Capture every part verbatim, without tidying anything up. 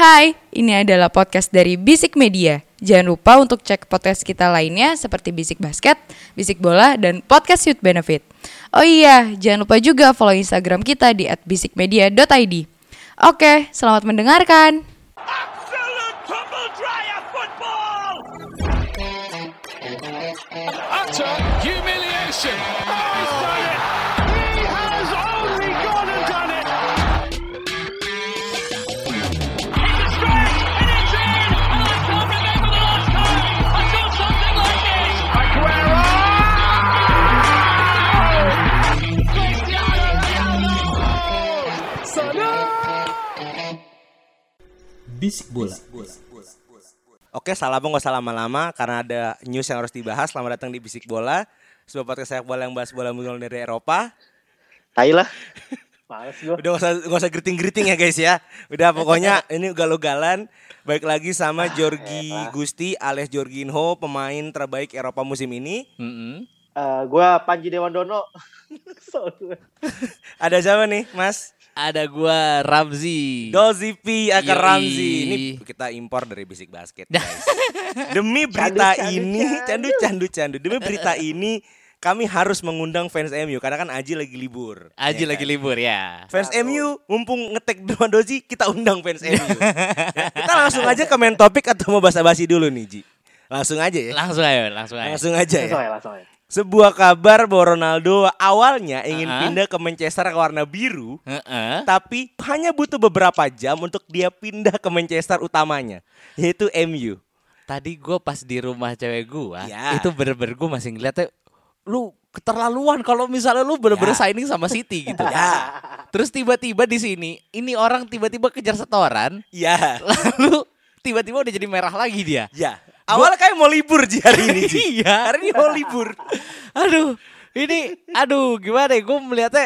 Hai, ini adalah podcast dari Bisik Media. Jangan lupa untuk cek podcast kita lainnya seperti Bisik Basket, Bisik Bola, dan Podcast Youth Benefit. Oh iya, jangan lupa juga follow Instagram kita di at bisikmedia dot i d. Oke, selamat mendengarkan. Absolute tumble dryer football! Utter humiliation! Oh, he's done it! He has only gone and done it! It's a stretch, and it's in! And I can't remember the last time I saw something like this! Aguero! Cristiano Ronaldo! Salah! Bisik Bola. Oke, salam nggak usah lama-lama karena ada news yang harus dibahas. Selamat datang di Bisik Bola, sebuah podcast sepak bola yang bahas bola mulai dari Eropa. Tai lah. Males gue. Udah nggak usah nggak usah geriting-geriting ya guys ya. Udah pokoknya ini ugal-ugalan. Baik lagi sama Jorgi Gusti alias Jorginho, pemain terbaik Eropa musim ini. Mm-hmm. Uh, gue Panji Dewandono. Kesel gue. Ada siapa nih, Mas? Ada gua Ramzi. Dozipi Akar Yoi. Ramzi. Ini kita impor dari Bisik Basket, guys. Demi berita Candu, candu, ini, candu. candu candu candu. Demi berita ini kami harus mengundang fans M U karena kan Aji lagi libur. Aji ya lagi kan? libur ya. Fans M U mumpung ngetek Dewan Dozi, kita undang fans M U. Ya, kita langsung aja ke main topik atau mau basa-basi dulu nih, Ji? Langsung aja ya. Langsung aja, langsung aja. Langsung aja Langsung ya. ya, langsung ya. Sebuah kabar bahwa Ronaldo awalnya ingin Uh-huh. pindah ke Manchester ke warna biru, Heeh. tapi hanya butuh beberapa jam untuk dia pindah ke Manchester utamanya, yaitu M U. Tadi gua pas di rumah cewek gua, Ya. itu bener-bener gua masih ngeliatnya lu keterlaluan kalau misalnya lu bener-bener Ya. signing sama City gitu. Ya. Terus tiba-tiba di sini, ini orang tiba-tiba kejar setoran, Ya, lalu tiba-tiba udah jadi merah lagi dia. ya. Awalnya kayak mau libur Ji hari ini, Ji. Iya. Hari ini mau libur. Aduh, ini aduh gimana ya, gue melihatnya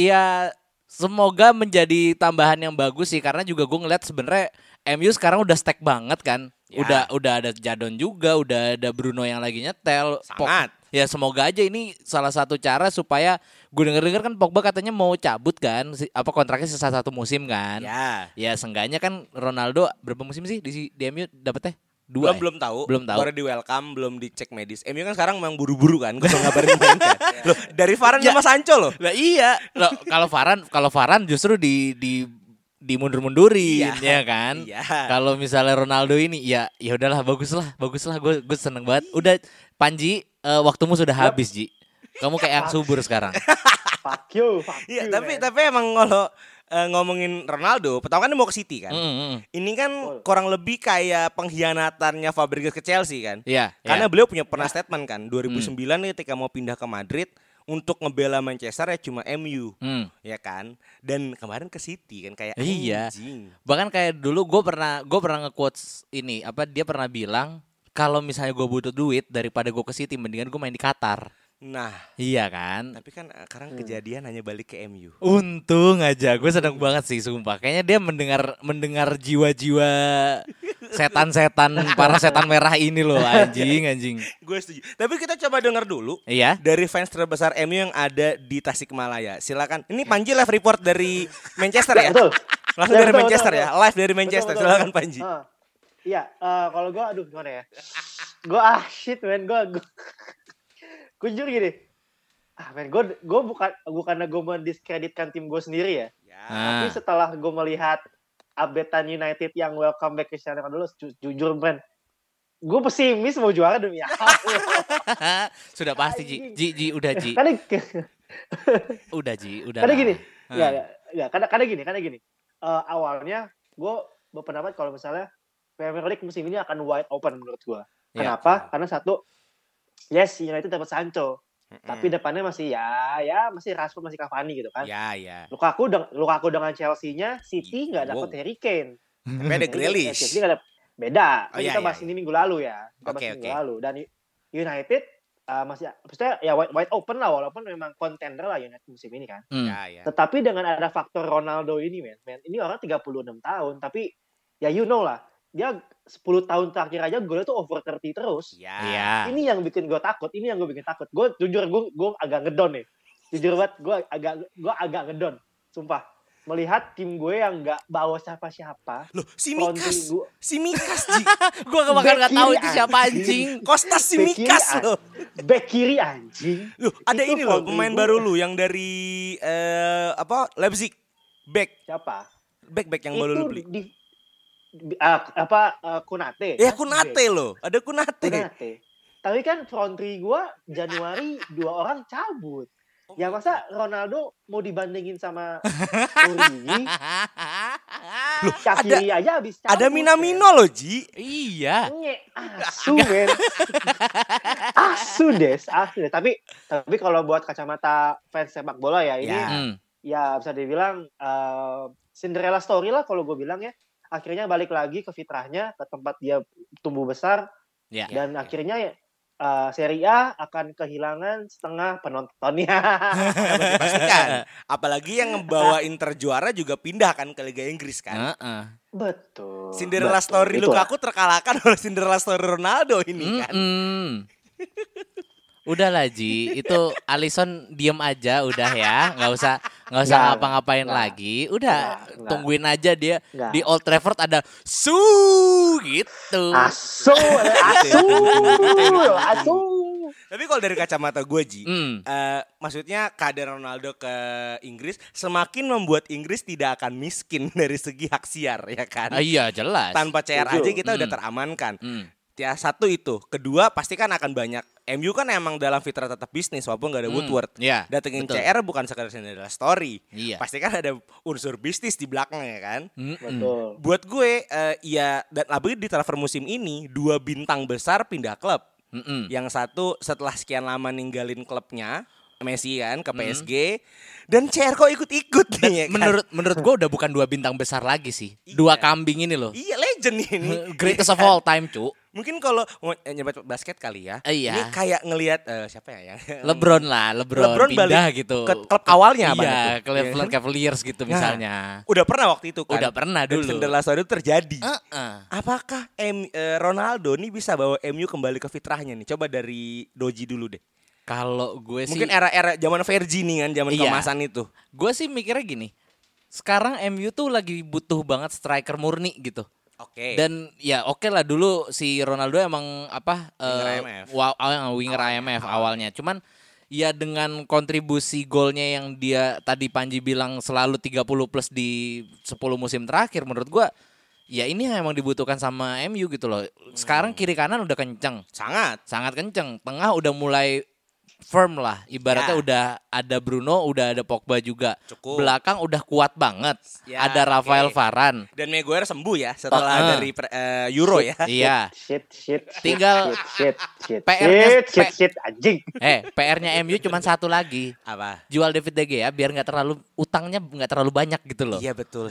ya semoga menjadi tambahan yang bagus sih, karena juga gue ngeliat sebenarnya M U sekarang udah stack banget kan. Ya. Udah udah ada Jadon juga, udah ada Bruno yang lagi nyetel. Sangat. Pog- ya semoga aja ini salah satu cara supaya gue denger-denger kan Pogba katanya mau cabut kan, si- apa kontraknya sisa satu musim kan. Ya. Ya seenggaknya kan Ronaldo berapa musim sih di, di M U dapetnya? Dua. Belum ya? belum tahu. Belum tahu. Baru di welcome, belum dicek medis. M U kan sekarang memang buru-buru kan, gue ngabarin main kan. Loh, dari Varane sama Sancho loh. Lah iya, loh, kalau Varane kalau Varane justru di di dimundur-mundurin Iya. ya kan. Iya. Kalau misalnya Ronaldo ini ya ya udahlah, bagus lah, bagus lah, gue gue seneng banget. Udah Panji, eh, waktumu sudah habis Ji. Kamu kayak yang subur sekarang. Fuck you, fuck Iya, you. tapi man. tapi emang kalau eh, ngomongin Ronaldo, pertama kan dia mau ke City kan. Mm, mm. Ini kan kurang lebih kayak pengkhianatannya Fabregas ke Chelsea kan. Iya. Karena iya. beliau punya pernah statement kan dua ribu sembilan nih ketika mau pindah ke Madrid untuk ngebela Manchester ya cuma M U. Hmm. Ya kan? Dan kemarin ke City kan kayak Iya. anjing. Bahkan kayak dulu gue pernah gue pernah nge-quotes ini apa dia pernah bilang kalau misalnya gue butuh duit daripada gue ke City mendingan gue main di Qatar. Nah, Iya kan? tapi kan eh, sekarang kejadian hanya balik ke M U. Untung aja, gue seneng banget sih sumpah. Kayaknya dia mendengar mendengar jiwa-jiwa setan-setan para setan merah ini loh, anjing anjing. Gue setuju. Tapi kita coba dengar dulu Iya. dari fans terbesar M U yang ada di Tasikmalaya. Silakan. Ini Panji live report dari Manchester ya? Betul. Langsung Ya, dari betul, Manchester betul, ya? betul. Live dari Manchester. Betul, betul, Silakan betul. Panji. Ah. Iya, eh, kalau gue aduh gimana ya? Gue ah shit man, gue gue gue jujur gini. Ah man, gue gue bukan bukannya gue mendiskreditkan tim gue sendiri ya. Ya. Tapi Ah. setelah gue melihat updatean United yang welcome back Cristiano Ronaldo, ju- jujur man, gue pesimis mau juara demi apa? Sudah pasti Ji. Ji Ji udah Ji. Karena Udah Ji, udah. karena lah. gini, Ah. ya, ya, ya, karena karena gini, karena gini. Eh, awalnya gue berpendapat kalau misalnya Premier League musim ini akan wide open menurut gue. Ya. Kenapa? Karena satu, yes United dapat Sancho, Mm-mm. tapi depannya masih ya, ya masih Rashford, masih Cavani gitu kan. Ya, ya. Lukaku dengan Lukaku dengan Chelsea-nya, City nggak dapat Wow. Harry Kane. Tapi ada Ini, Grealish. Chelsea nggak ada beda. Oh, Kan iya, kita iya, bahas iya. ini minggu lalu ya. Kita Oke, bahas oke. minggu lalu. Dan United uh, masih, maksudnya ya wide, wide open lah, walaupun memang contender lah United musim ini kan. Hmm. Ya, ya. Tetapi dengan ada faktor Ronaldo ini, men, men ini orang tiga puluh enam tahun, tapi ya you know lah, dia sepuluh tahun terakhir aja golnya tuh over tiga puluh terus. Ya. Iya. Ini yang bikin gue takut, ini yang gue bikin takut. Gue jujur gue gue agak ngedon nih. Jujur banget gue agak gue agak ngedon, sumpah. melihat tim gue yang nggak bawa siapa-siapa. Loh, si Front Mikas. three gue- Si Mikas, Ji. Gue gak bakal Back gak tahu kiri, itu siapa anjing. Kostas si Back Mikas kiri, loh. Back kiri anjing. Loh, ada Itu ini loh front pemain three baru gue. lu yang dari eh, apa? Leipzig. Back, Siapa? back back yang baru Itu lu beli. di, di- ah, apa ah, Konate. Ya kan? Kunate loh, ada Kunate. Konate. Tapi kan front three gue Januari dua orang cabut. Ya masa Ronaldo mau dibandingin sama Origi? Shaqiri aja habis cabut. Ada Minamino loh, Ji. Iya. Nye, asu men. Asu des, asu des. Tapi tapi kalau buat kacamata fans sepak bola ya ini Ya. Hmm. ya bisa dibilang eh, Cinderella story lah kalau gue bilang ya. Akhirnya balik lagi ke fitrahnya, ke tempat dia tumbuh besar Ya. dan akhirnya ya eh, Serie A akan kehilangan setengah penontonnya. Dapat dipastikan. Apalagi yang ngebawa Inter juara juga pindah kan ke Liga Inggris kan. Heeh. Betul. Cinderella betul. story Itulah. Lukaku terkalahkan oleh Cinderella story Ronaldo ini kan. Mm-mm. Udah lah Ji, itu Alisson diem aja udah ya, nggak usah nggak usah Nggak, ngapa-ngapain nggak. lagi, udah Nggak, nggak. tungguin aja dia Nggak. di Old Trafford ada su gitu. Asu, asu, asu. Tapi kalau dari kacamata gue, Ji, Hmm. eh, maksudnya kehadiran Ronaldo ke Inggris semakin membuat Inggris tidak akan miskin dari segi hak siar ya kan. Ah, iya jelas. Tanpa C R Setuju. aja kita udah Hmm. teramankan. Hmm. Ya satu itu, kedua pasti kan akan banyak. M U kan emang dalam fitrah tetap bisnis walaupun gak ada Hmm. Woodward. Iya, Datengin betul. C R bukan sekedar Cinderella story. Iya. Pasti kan ada unsur bisnis di belakangnya kan. Mm-mm. Betul. Buat gue eh, ya dan apalagi di transfer musim ini dua bintang besar pindah klub. Mm-mm. Yang satu setelah sekian lama ninggalin klubnya Messi kan ke P S G Hmm. dan C R kok ikut-ikut nih ya kan? Menurut menurut gua udah bukan dua bintang besar lagi sih, dua Iya. kambing ini loh. Iya legend ini. Greatest of Iya kan? all time cu. Mungkin kalau mau nyebat basket kali ya. Eh, iya. Ini kayak ngelihat eh, siapa ya yang LeBron lah, LeBron, LeBron pindah balik gitu. ke klub awalnya apa Iya, tuh? Cleveland Iya. Cavaliers gitu Nah, misalnya. Udah pernah waktu itu kan. Udah pernah Dan dulu. Cinderella story itu terjadi. Heeh. Apakah M, eh, Ronaldo nih bisa bawa M U kembali ke fitrahnya nih? Coba dari Doji dulu deh. Kalau gue sih, Mungkin era-era zaman Fergie nih kan, zaman Iya. kemasan itu. gue sih mikirnya gini. Sekarang M U tuh lagi butuh banget striker murni gitu. Oke. Dan ya oke lah dulu si Ronaldo emang apa Winger eh, I M F. wa- aw- winger I M F awalnya. Cuman ya dengan kontribusi golnya yang dia tadi Panji bilang selalu tiga puluh plus di sepuluh musim terakhir, menurut gua ya ini yang emang dibutuhkan sama M U gitu loh. Sekarang kiri kanan udah kenceng, sangat. sangat kenceng. Tengah udah mulai firm lah. Ibaratnya Ya. udah ada Bruno, udah ada Pogba juga. Cukup. Belakang udah kuat banget. Ya, ada Rafael oke. Varane. Dan Maguire sembuh ya setelah Oh, eh. dari pre- eh, Euro ya. Iya. Shit, shit, shit, Tinggal shit, shit, shit, P R-nya shit, shit, P- shit, anjing. Eh, P R-nya M U cuma satu lagi. Apa? Jual David De Gea biar nggak terlalu utangnya nggak terlalu banyak gitu loh. Iya betul.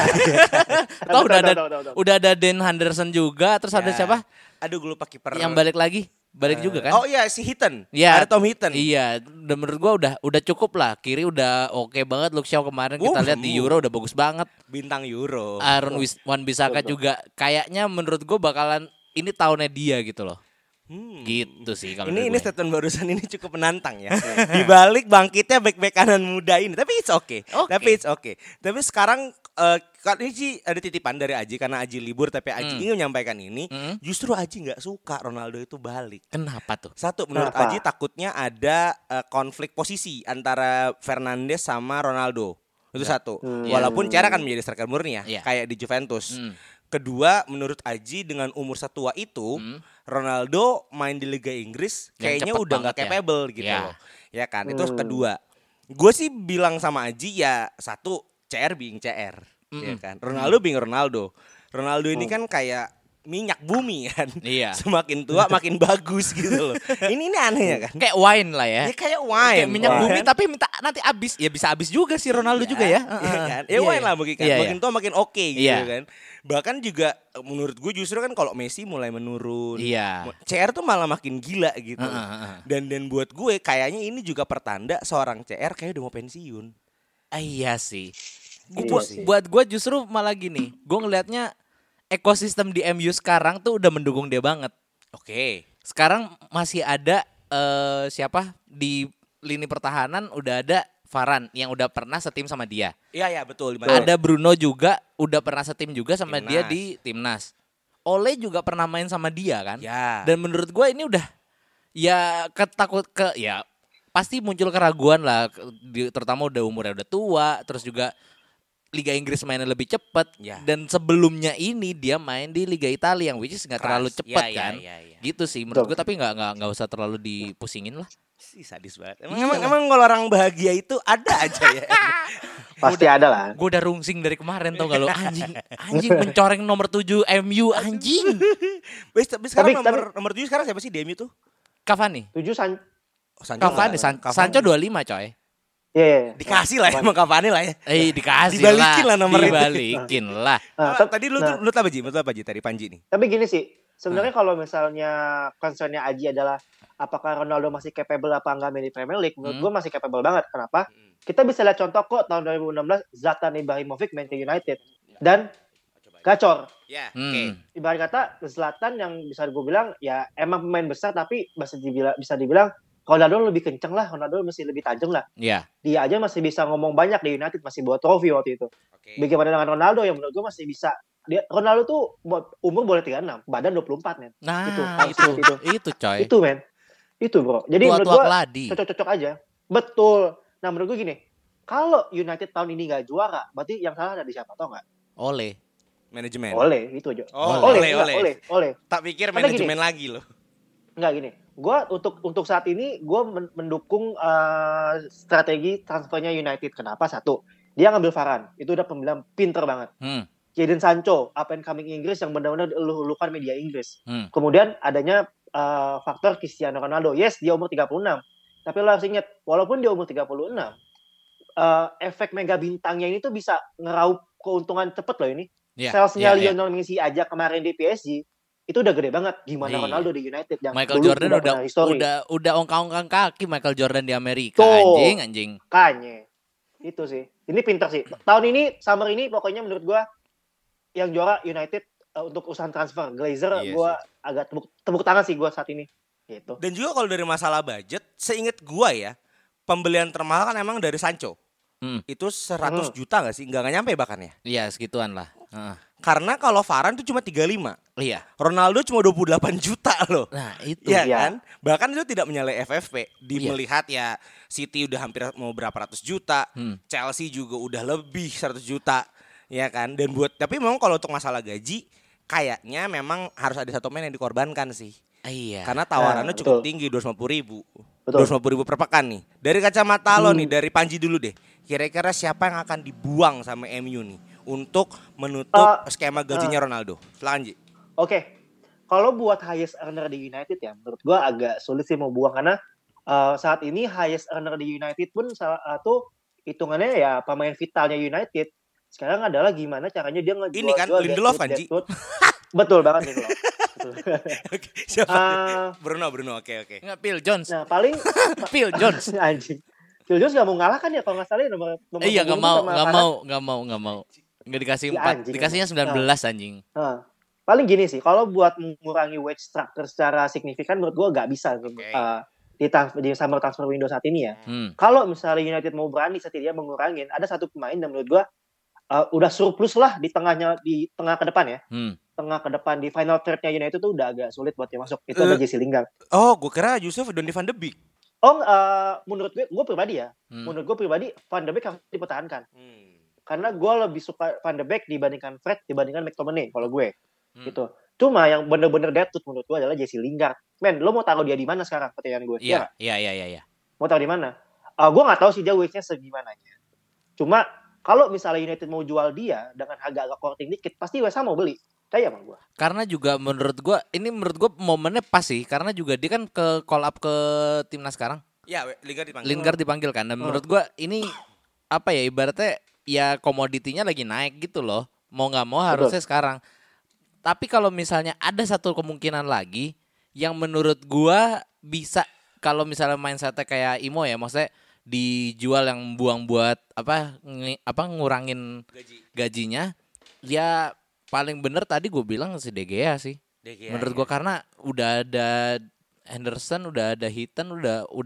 Toh udah ada Tahu, tahu, tahu, tahu. udah ada Dan Henderson juga, terus ada Ya. siapa? Aduh gue lupa kiper. Yang balik lagi. Balik juga kan? Oh iya si Hitton. Iya. Ada Tom Hitton. Iya, udah menurut gua udah udah cukup lah. Kiri udah oke banget. Luke Shaw kemarin kita Oh, lihat di semua. Euro udah bagus banget. Bintang Euro. Aaron Wis- Wan-Bissaka juga kayaknya menurut gua bakalan ini tahunnya dia gitu loh. Hmm. Gitu sih kalau Ini dari ini gue. statement barusan ini cukup menantang ya. Di balik bangkitnya back-back kanan muda ini, tapi it's okay. Oke. Tapi it's okay. Tapi sekarang eh kan ini sih ada titipan dari Aji karena Aji libur tapi Aji Hmm. ingin menyampaikan ini. Hmm. Justru Aji nggak suka Ronaldo itu balik. Kenapa tuh? Satu menurut Kenapa? Aji takutnya ada eh, konflik posisi antara Fernandes sama Ronaldo. Itu satu. Hmm. Walaupun cara kan menjadi striker murni ya, Iya. kayak di Juventus. Hmm. Kedua, menurut Aji dengan umur setua itu, Hmm. Ronaldo main di Liga Inggris Yang kayaknya cepet udah nggak banget ya. capable gitu Ya. loh. Ya kan? Itu Hmm. kedua. Gue sih bilang sama Aji ya satu C R being C R, ya Mm-mm. kan. Ronaldo being Ronaldo. Ronaldo ini kan kayak minyak bumi kan. Iya. Semakin tua makin bagus gitu loh. Ini ini aneh ya kan. Kayak wine lah ya. Ya kayak wine. Kayak minyak ya bumi kan? tapi minta nanti habis. Ya bisa habis juga sih Ronaldo juga ya. Iya Heeh. kan? Ya Iya, wine iya. lah mungkin kan. Iya, Makin iya. tua makin oke gitu Iya. kan. Bahkan juga eh, menurut gue justru kan kalau Messi mulai menurun. Iya. C R tuh malah makin gila gitu. Heeh, heeh. Dan dan buat gue kayaknya ini juga pertanda seorang C R kayak udah mau pensiun. Ah, iya sih. Gua, Iya buat, sih. buat gue justru malah gini. Gue ngelihatnya ekosistem di M U sekarang tuh udah mendukung dia banget. Oke. Sekarang masih ada eh, siapa di lini pertahanan udah ada Varane yang udah pernah setim sama dia. Iya ya betul. Ada Bruno juga udah pernah setim juga sama Timnas. dia di timnas. Ole juga pernah main sama dia kan. Ya. Dan menurut gue ini udah ya ketakut ke ya pasti muncul keraguan lah, di- terutama udah umurnya udah tua, terus juga Liga Inggris mainnya lebih cepat. Ya. Dan sebelumnya ini dia main di Liga Italia yang which is nggak Keras. terlalu cepat Ya, ya, kan. ya, ya. Gitu sih menurut gue, Betul. tapi nggak nggak nggak usah terlalu dipusingin lah. Sih sadis banget. Emang, Iya emang, lah. emang kalau orang bahagia itu ada aja ya. Pasti ada lah. Gue udah rungsing dari kemarin tau gak lo, anjing anjing mencoreng nomor tujuh M U anjing. Wes, tapi sekarang Tapi- nomor nomor tujuh sekarang siapa sih di M U tuh? Cavani. Tujuh San. Oh, Sancho Cavani, nggak? San- Cavani. Sancho dua puluh lima coy. Iya, iya, iya. Dikasih lah emang Cavani lah ya. Eh dikasih Dibalikin lah nomor itu. Dibalikin lah. Nah, Ah, tep- tadi lu nah, lu apa Ji? Lu apa Ji tadi Panji nih? tapi gini sih, sebenarnya kalau misalnya concernnya Aji adalah apakah Ronaldo masih capable apa enggak main di Premier League, menurut Hmm. gue masih capable banget. Kenapa? Kita bisa lihat contoh kok tahun dua ribu enam belas Zlatan Ibrahimovic main ke United dan gacor. Ya, Hmm. Ibarat kata Zlatan yang bisa gue bilang ya emang pemain besar tapi bisa dibilang bisa dibilang Ronaldo lebih kenceng lah, Ronaldo masih lebih tajam lah. Iya. Dia aja masih bisa ngomong banyak di United, masih bawa trofi waktu itu. Oke. Bagaimana dengan Ronaldo yang menurut gue masih bisa. Dia Ronaldo tuh buat- umur boleh tiga puluh enam, badan dua puluh empat men. Nah Itu, itu itu. itu, itu coy. Itu men. Itu bro. Jadi menurut Tua-tua gue keladi. cocok-cocok aja. Betul. Nah menurut gue gini, kalau United tahun ini nggak juara, berarti yang salah ada di siapa tau nggak? Oleh. Manajemen. Oleh, itu aja. Oh, oleh, oleh, enggak, oleh. oleh, oleh. Tak pikir Karena manajemen lagi loh. Enggak gini. Gua untuk untuk saat ini gue mendukung eh, strategi transfernya United. Kenapa? Satu, dia ngambil Varane. Itu udah pembelian pinter banget. Hmm. Jadon Sancho, up and coming Inggris yang benar-benar elulukan media Inggris. Hmm. Kemudian adanya eh, faktor Cristiano Ronaldo. Yes, dia umur tiga puluh enam. Tapi lo harus ingat, walaupun dia umur tiga puluh enam, eh, efek mega bintangnya ini tuh bisa ngeraup keuntungan cepet loh ini. Iya, Salesnya iya, iya. Lionel Messi aja kemarin di P S G itu udah gede banget. Gimana Iya. Ronaldo di United yang Michael dulu Jordan udah pernah history. udah udah ongkang-ongkang kaki Michael Jordan di Amerika. Tuh. Anjing anjing. Kanye. Itu sih. Ini pinter sih. Tahun ini, summer ini pokoknya menurut gua yang juara United uh, untuk usaha transfer. Glazer Iya gua agak tepuk, tepuk tangan sih gua saat ini. Gitu. Dan juga kalau dari masalah budget, seinget gua ya, pembelian termahal kan emang dari Sancho. Hmm. Itu seratus Hmm. juta gak sih? Enggak, enggak nyampe bahkan ya. Iya, segituan lah. Heeh. Karena kalau Varane itu cuma tiga puluh lima. Iya. Ronaldo cuma dua puluh delapan juta loh. Nah, itu. Iya Iya. kan? Bahkan itu tidak menyalai F F P. Di Iya. melihat ya City udah hampir mau berapa ratus juta. Hmm. Chelsea juga udah lebih seratus juta. Ya kan? Dan buat tapi memang kalau untuk masalah gaji kayaknya memang harus ada satu main yang dikorbankan sih. Iya. Karena tawarannya Nah, cukup betul. tinggi dua ratus lima puluh ribu. Betul. dua ratus lima puluh ribu per pekan nih. Dari kacamata lo Hmm. nih, dari Panji dulu deh. Kira-kira siapa yang akan dibuang sama M U nih untuk menutup Uh, skema gajinya Ronaldo? Silakan Ji. Oke. Kalau buat highest earner di United ya, menurut gua agak sulit sih mau buang karena uh, saat ini highest earner di United pun salah satu hitungannya ya pemain vitalnya United. Sekarang adalah gimana caranya dia ngejual Ini kan, Lindelof kan, Ji? Betul banget Lindelof. Betul. Oke, siapa? Ah, Bruno, Bruno. Oke, oke. Enggak Phil Jones. nah paling Phil Jones. anjing. Phil Jones gak mau ngalah kan ya kalau nggak salah ya nomor nomor Iya, enggak punggung mau, sama enggak Varane. mau, enggak mau, enggak mau. Enggak dikasih Si empat, anjing dikasihnya emang. sembilan belas anjing. Nah, paling gini sih, kalau buat mengurangi wage structure secara signifikan menurut gua nggak bisa Oke. uh, di, trans- di summer transfer window saat ini ya. Hmm. Kalau misalnya United mau berani setidaknya mengurangin, ada satu pemain yang menurut gua uh, udah surplus lah di tengahnya di tengah ke depan ya. Hmm. Tengah ke depan di final third-nya United tuh udah agak sulit buat dia masuk. Itu ada Eh. Jesse Lingard. Oh, gue kira Yusuf Donny van de Beek. Oh, uh, menurut gue, gue pribadi ya. Hmm. Menurut gue pribadi, Van de Beek harus dipertahankan. Hmm. Karena gue lebih suka Van de Beek dibandingkan Fred dibandingkan McTominay kalau gue. Hmm. Gitu. Cuma yang bener-bener dead tooth menurut gue adalah Jesse Lingard. Men, lo mau taruh dia di mana sekarang? Pertanyaan gue. Iya, iya, iya, iya, iya. Mau taruh di mana? Uh, gue nggak tahu sih dia wage-nya segimananya. Cuma kalau misalnya United mau jual dia dengan harga agak korting dikit, pasti West Ham mau beli. Kayak sama gue. Karena juga menurut gua ini menurut gua momennya pas sih karena juga dia kan ke call up ke timnas sekarang. Ya, Lingard dipanggil. Lingard dipanggil kan dan menurut gua ini apa ya ibaratnya ya komoditinya lagi naik gitu loh. Mau nggak mau harusnya sekarang. Tapi kalau misalnya ada satu kemungkinan lagi yang menurut gua bisa kalau misalnya mindsetnya kayak Imo ya maksudnya dijual yang buang buat apa ngi- apa ngurangin Gaji. gajinya ya paling bener tadi gue bilang si De Gea sih. De Gea, Menurut ya. gue karena udah ada Henderson, udah ada Heaton, udah udah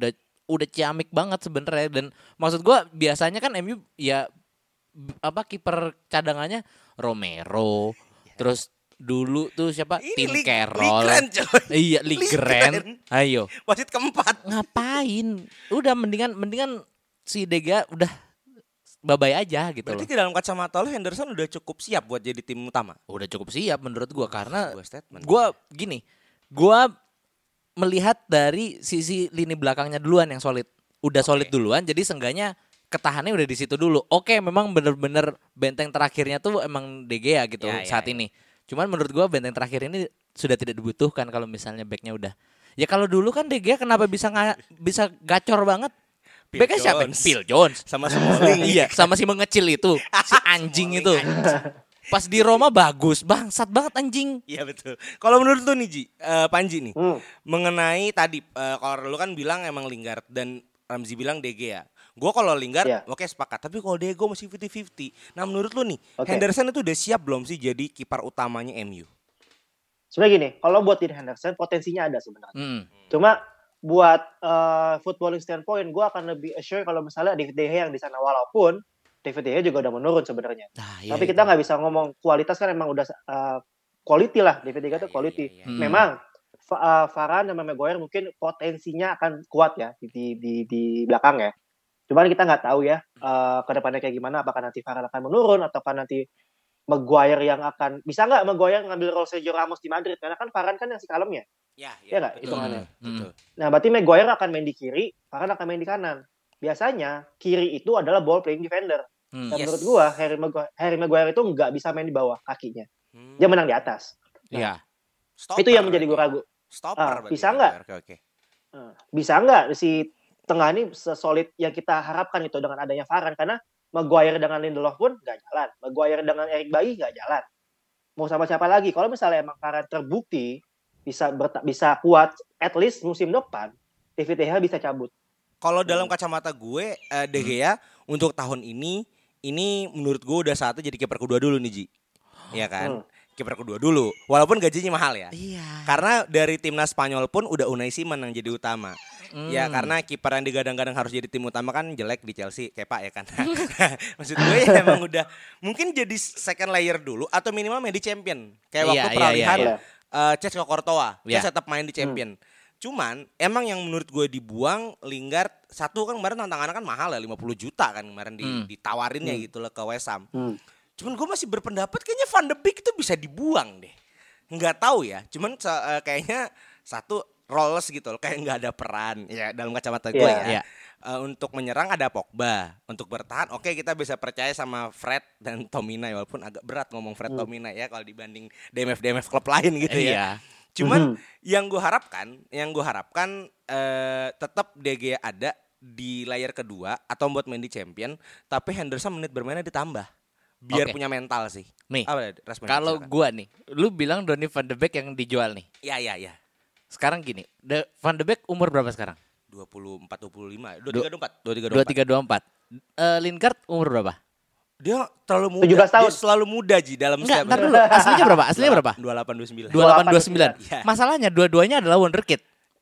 udah ciamik banget sebenarnya. Dan maksud gue biasanya kan M U ya b- apa kiper cadangannya Romero, terus dulu tuh siapa Ini Tim Lig- Carroll, Ligren, coy. iya Ligren, Ligren. ayo Wasit keempat. ngapain? Udah mendingan mendingan si Dega udah bye-bye aja gitu Berarti loh. ke dalam kacamata lo Henderson udah cukup siap buat jadi tim utama. Udah cukup siap menurut gua karena Sebuah statement. gua gini, gua melihat dari sisi lini belakangnya duluan yang solid. Udah Oke. solid duluan jadi seenggaknya ketahanannya udah di situ dulu. Oke, memang bener-bener benteng terakhirnya tuh emang De Gea gitu Ya, ya, saat ya. ini. Cuman menurut gua benteng terakhir ini sudah tidak dibutuhkan kalau misalnya backnya udah. Ya kalau dulu kan De Gea kenapa bisa nga- bisa gacor banget? Phil Backnya siapa? Jones. Phil Jones. Sama Smalling. Iya, sama si mengecil itu, si anjing itu. Pas di Roma bagus, bangsat banget anjing. Iya betul. Kalau menurut lu nih Ji, eh, Panji nih, Hmm. mengenai tadi eh, kalau lu kan bilang emang Lingard dan Ramzi bilang De Gea. Gue kalau Lingard Iya. oke sepakat, tapi kalau De Gea masih fifty fifty. Nah menurut lu nih, Oke. Henderson itu udah siap belum sih jadi kiper utamanya M U? Sebenarnya gini, kalau buat Dean Henderson potensinya ada sebenarnya. Hmm. Cuma buat eh, footballing standpoint, gue akan lebih assure kalau misalnya David De Gea yang di sana, walaupun David De Gea juga udah menurun sebenarnya. Nah, iya Tapi itu. kita nggak bisa ngomong kualitas kan emang udah eh, quality lah. David De Gea itu Iya, quality. iya, iya. Hmm. Memang Fa- eh, Varane dan Maguire mungkin potensinya akan kuat ya di di di, di belakang ya. Cuman kita nggak tahu ya eh, ke depannya kayak gimana. Apakah nanti Varane akan menurun ataukah nanti Maguire yang akan bisa nggak Maguire ngambil role Sergio Ramos di Madrid? Karena kan Varane kan yang si kalemnya. Ya, Iya nggak? betul, Hitungannya. betul, betul. Nah, berarti Maguire akan main di kiri, Varane akan main di kanan. Biasanya kiri itu adalah ball playing defender. Hmm. Dan Yes. menurut gua Harry Maguire, Harry Maguire itu nggak bisa main di bawah kakinya. Hmm. Dia menang di atas. Iya. Stopper Itu yang menjadi gua berarti. ragu. Stopper Ah, berarti bisa nggak? Maguire. Oke, oke. Eh, Bisa nggak si tengah ini sesolid yang kita harapkan itu dengan adanya Varane? Karena Maguire dengan Lindelof pun nggak jalan. Maguire dengan Eric Bailly nggak jalan. Mau sama siapa lagi? Kalau misalnya emang Varane terbukti bisa berta- bisa kuat, at least musim depan David De Gea bisa cabut. Kalau dalam kacamata gue, eh, De Gea untuk tahun ini, ini menurut gue udah saatnya jadi kiper kedua dulu nih Ji. Iya kan? Hmm. Kiper kedua dulu. Walaupun gajinya mahal ya. Iya. Karena dari timnas Spanyol pun udah Unai Simon yang jadi utama. Hmm. Ya karena kiper yang digadang-gadang harus jadi tim utama kan jelek di Chelsea, Kepa ya kan. Maksud gue ya emang udah mungkin jadi second layer dulu atau minimal main di champion. Kayak Iya, waktu iya, peralihan iya. eh, Cesc ke Courtois, Iya. Cesc tetap main di champion. Cuman emang yang menurut gue dibuang Lingard satu kan kemarin tantangannya kan mahal ya lima puluh juta kan kemarin di, Hmm. ditawarinnya gitu loh ke West Ham. Hmm. Cuman gue masih berpendapat kayaknya Van de Beek itu bisa dibuang deh. Nggak tahu ya. Cuman se- eh, kayaknya satu rolls gitu loh, kayak nggak ada peran ya dalam kacamata gue Iya. ya. Iya. Eh, untuk menyerang ada Pogba, untuk bertahan oke kita bisa percaya sama Fred dan Tomina walaupun agak berat ngomong Fred Hmm. Tomina ya kalau dibanding D M F D M F klub lain gitu ya. Iya. Cuman Mhm. yang gue harapkan, yang gue harapkan eh, tetap De Gea ada di layar kedua atau buat main di champion, tapi Henderson menit bermainnya ditambah biar Oke. punya mental sih. Nih, Apa respon kalau silakan. gua nih, lu bilang Donny van de Beek yang dijual nih. Ya ya ya. Sekarang gini, De, Van de Beek umur berapa sekarang? dua puluh empat dua puluh lima, Du- dua tiga dua empat, dua tiga dua tiga dua empat. Eh, Lingard umur berapa? Dia terlalu muda. tujuh belas tahun. Dia selalu muda Ji dalam Enggak, setiap ntar dulu. Aslinya berapa? Aslinya berapa? dua delapan dua sembilan. dua delapan dua sembilan. Iya. Masalahnya dua-duanya adalah wonderkid.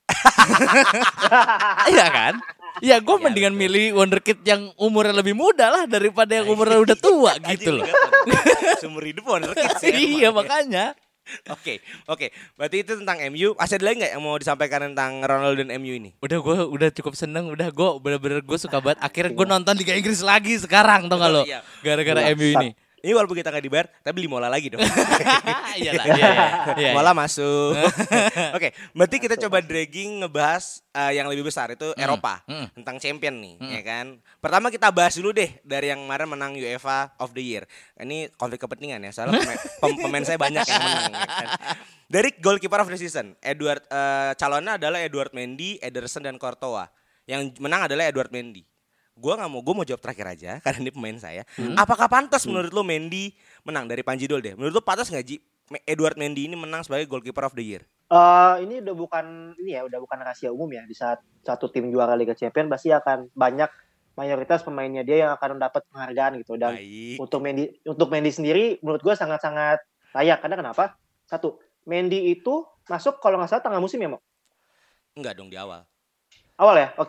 Iya kan? Ya gue Iya, mendingan betul. milih wonderkid yang umurnya lebih muda lah daripada yang umurnya udah tua gitu loh. Seumur hidup wonder kids ya. Iya emang ya. makanya. Oke, oke. Berarti itu tentang M U. Masih ada lagi nggak yang mau disampaikan tentang Ronaldo dan M U ini? Udah gue udah cukup seneng. Udah gue bener-bener gue suka banget. Akhirnya gue nonton Liga Inggris lagi sekarang tau gak lo? Iya. Gara-gara M U ini. Ini walaupun kita nggak dibayar, tapi beli Mola lagi dong. Iya lah. Iya, iya, iya, Mola iya. masuk. Oke, berarti kita coba dragging ngebahas uh, yang lebih besar itu Eropa hmm. tentang champion nih, Hmm. ya kan. Pertama kita bahas dulu deh dari yang kemarin menang UEFA of the Year. Ini konflik kepentingan ya, soalnya pemain, pem- pemain saya banyak yang menang. Ya kan? Dari goalkeeper of the season, Edward uh, calonnya adalah Edward Mendy, Ederson dan Courtois. Yang menang adalah Edward Mendy. Gue nggak mau, gue mau jawab terakhir aja karena ini pemain saya. Apakah pantas menurut lo Mendy menang dari Panji dulu deh? Menurut lo pantas nggak Ji Edward Mendy ini menang sebagai goalkeeper of the year? Eh, ini udah bukan ini ya, udah bukan rahasia umum ya. Di saat satu tim juara Liga Champions pasti akan banyak mayoritas pemainnya dia yang akan mendapat penghargaan gitu. Dan Baik. untuk Mendy untuk Mendy sendiri menurut gue sangat-sangat layak. Karena kenapa? Satu, Mendy itu masuk kalau nggak salah tengah musim ya, Mo? Enggak dong di awal. Awal ya? Oke.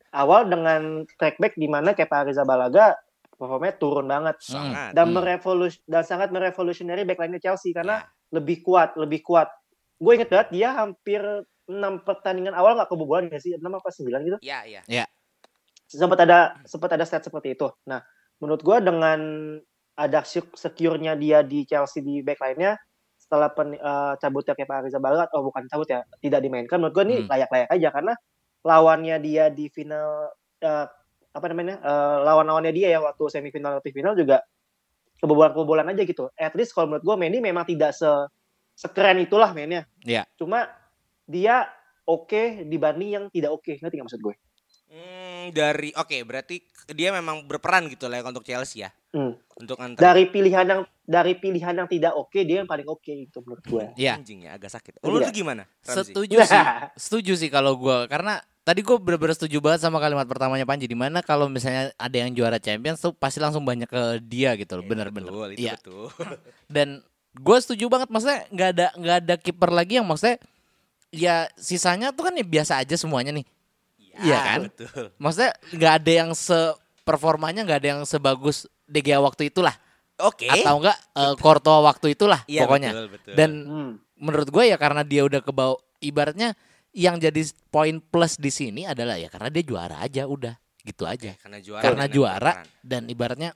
awal dengan track back di mana Kepa Arrizabalaga performanya turun banget Sangat. dan Hmm. merevolus dan sangat merevolutionary backline Chelsea karena Ya. lebih kuat, lebih kuat. Gue inget banget dia hampir enam pertandingan awal nggak kebobolan nggak sih? enam apa sembilan gitu. Iya, iya. Sempat ada sempat ada stat seperti itu. Nah, menurut gue dengan ada secure-nya dia di Chelsea di backline-nya setelah pen, uh, cabutnya Kepa Arrizabalaga, oh bukan cabut ya, tidak dimainkan. Menurut gue ini Hmm. layak-layak aja karena lawannya dia di final uh, apa namanya uh, lawan-lawannya dia ya waktu semifinal atau final juga kebobolan-kebobolan aja gitu. At least kalau menurut gue Mendy memang tidak se sekeren itulah mainnya. Iya. Cuma dia oke okay dibanding yang tidak oke. Okay. Ngerti nggak maksud gue? Hmm, dari oke okay, berarti dia memang berperan gitu lah untuk Chelsea ya. Hmm. Untuk antar Dari pilihan yang dari pilihan yang tidak oke okay, dia yang paling oke okay, itu menurut gue. Iya. anjingnya agak sakit. Menurut lu gimana? Ramzi? Setuju sih. Setuju sih kalau gue karena tadi gue bener-bener setuju banget sama kalimat pertamanya Panji di mana kalau misalnya ada yang juara Champions tuh pasti langsung banyak ke dia gitu loh, Ya, bener-bener. betul, itu Iya. betul. Dan gue setuju banget maksudnya nggak ada nggak ada kiper lagi yang maksudnya ya sisanya tuh kan ya biasa aja semuanya nih. Iya kan? Betul. Maksudnya nggak ada yang se performanya nggak ada yang sebagus De Gea waktu itulah Oke. atau enggak uh, Courtois waktu itulah Iya, pokoknya. betul, betul. Dan Hmm. menurut gue ya karena dia udah kebawa ibaratnya yang jadi poin plus di sini adalah ya karena dia juara aja udah gitu aja. Karena juara. Karena dan juara berperan. dan ibaratnya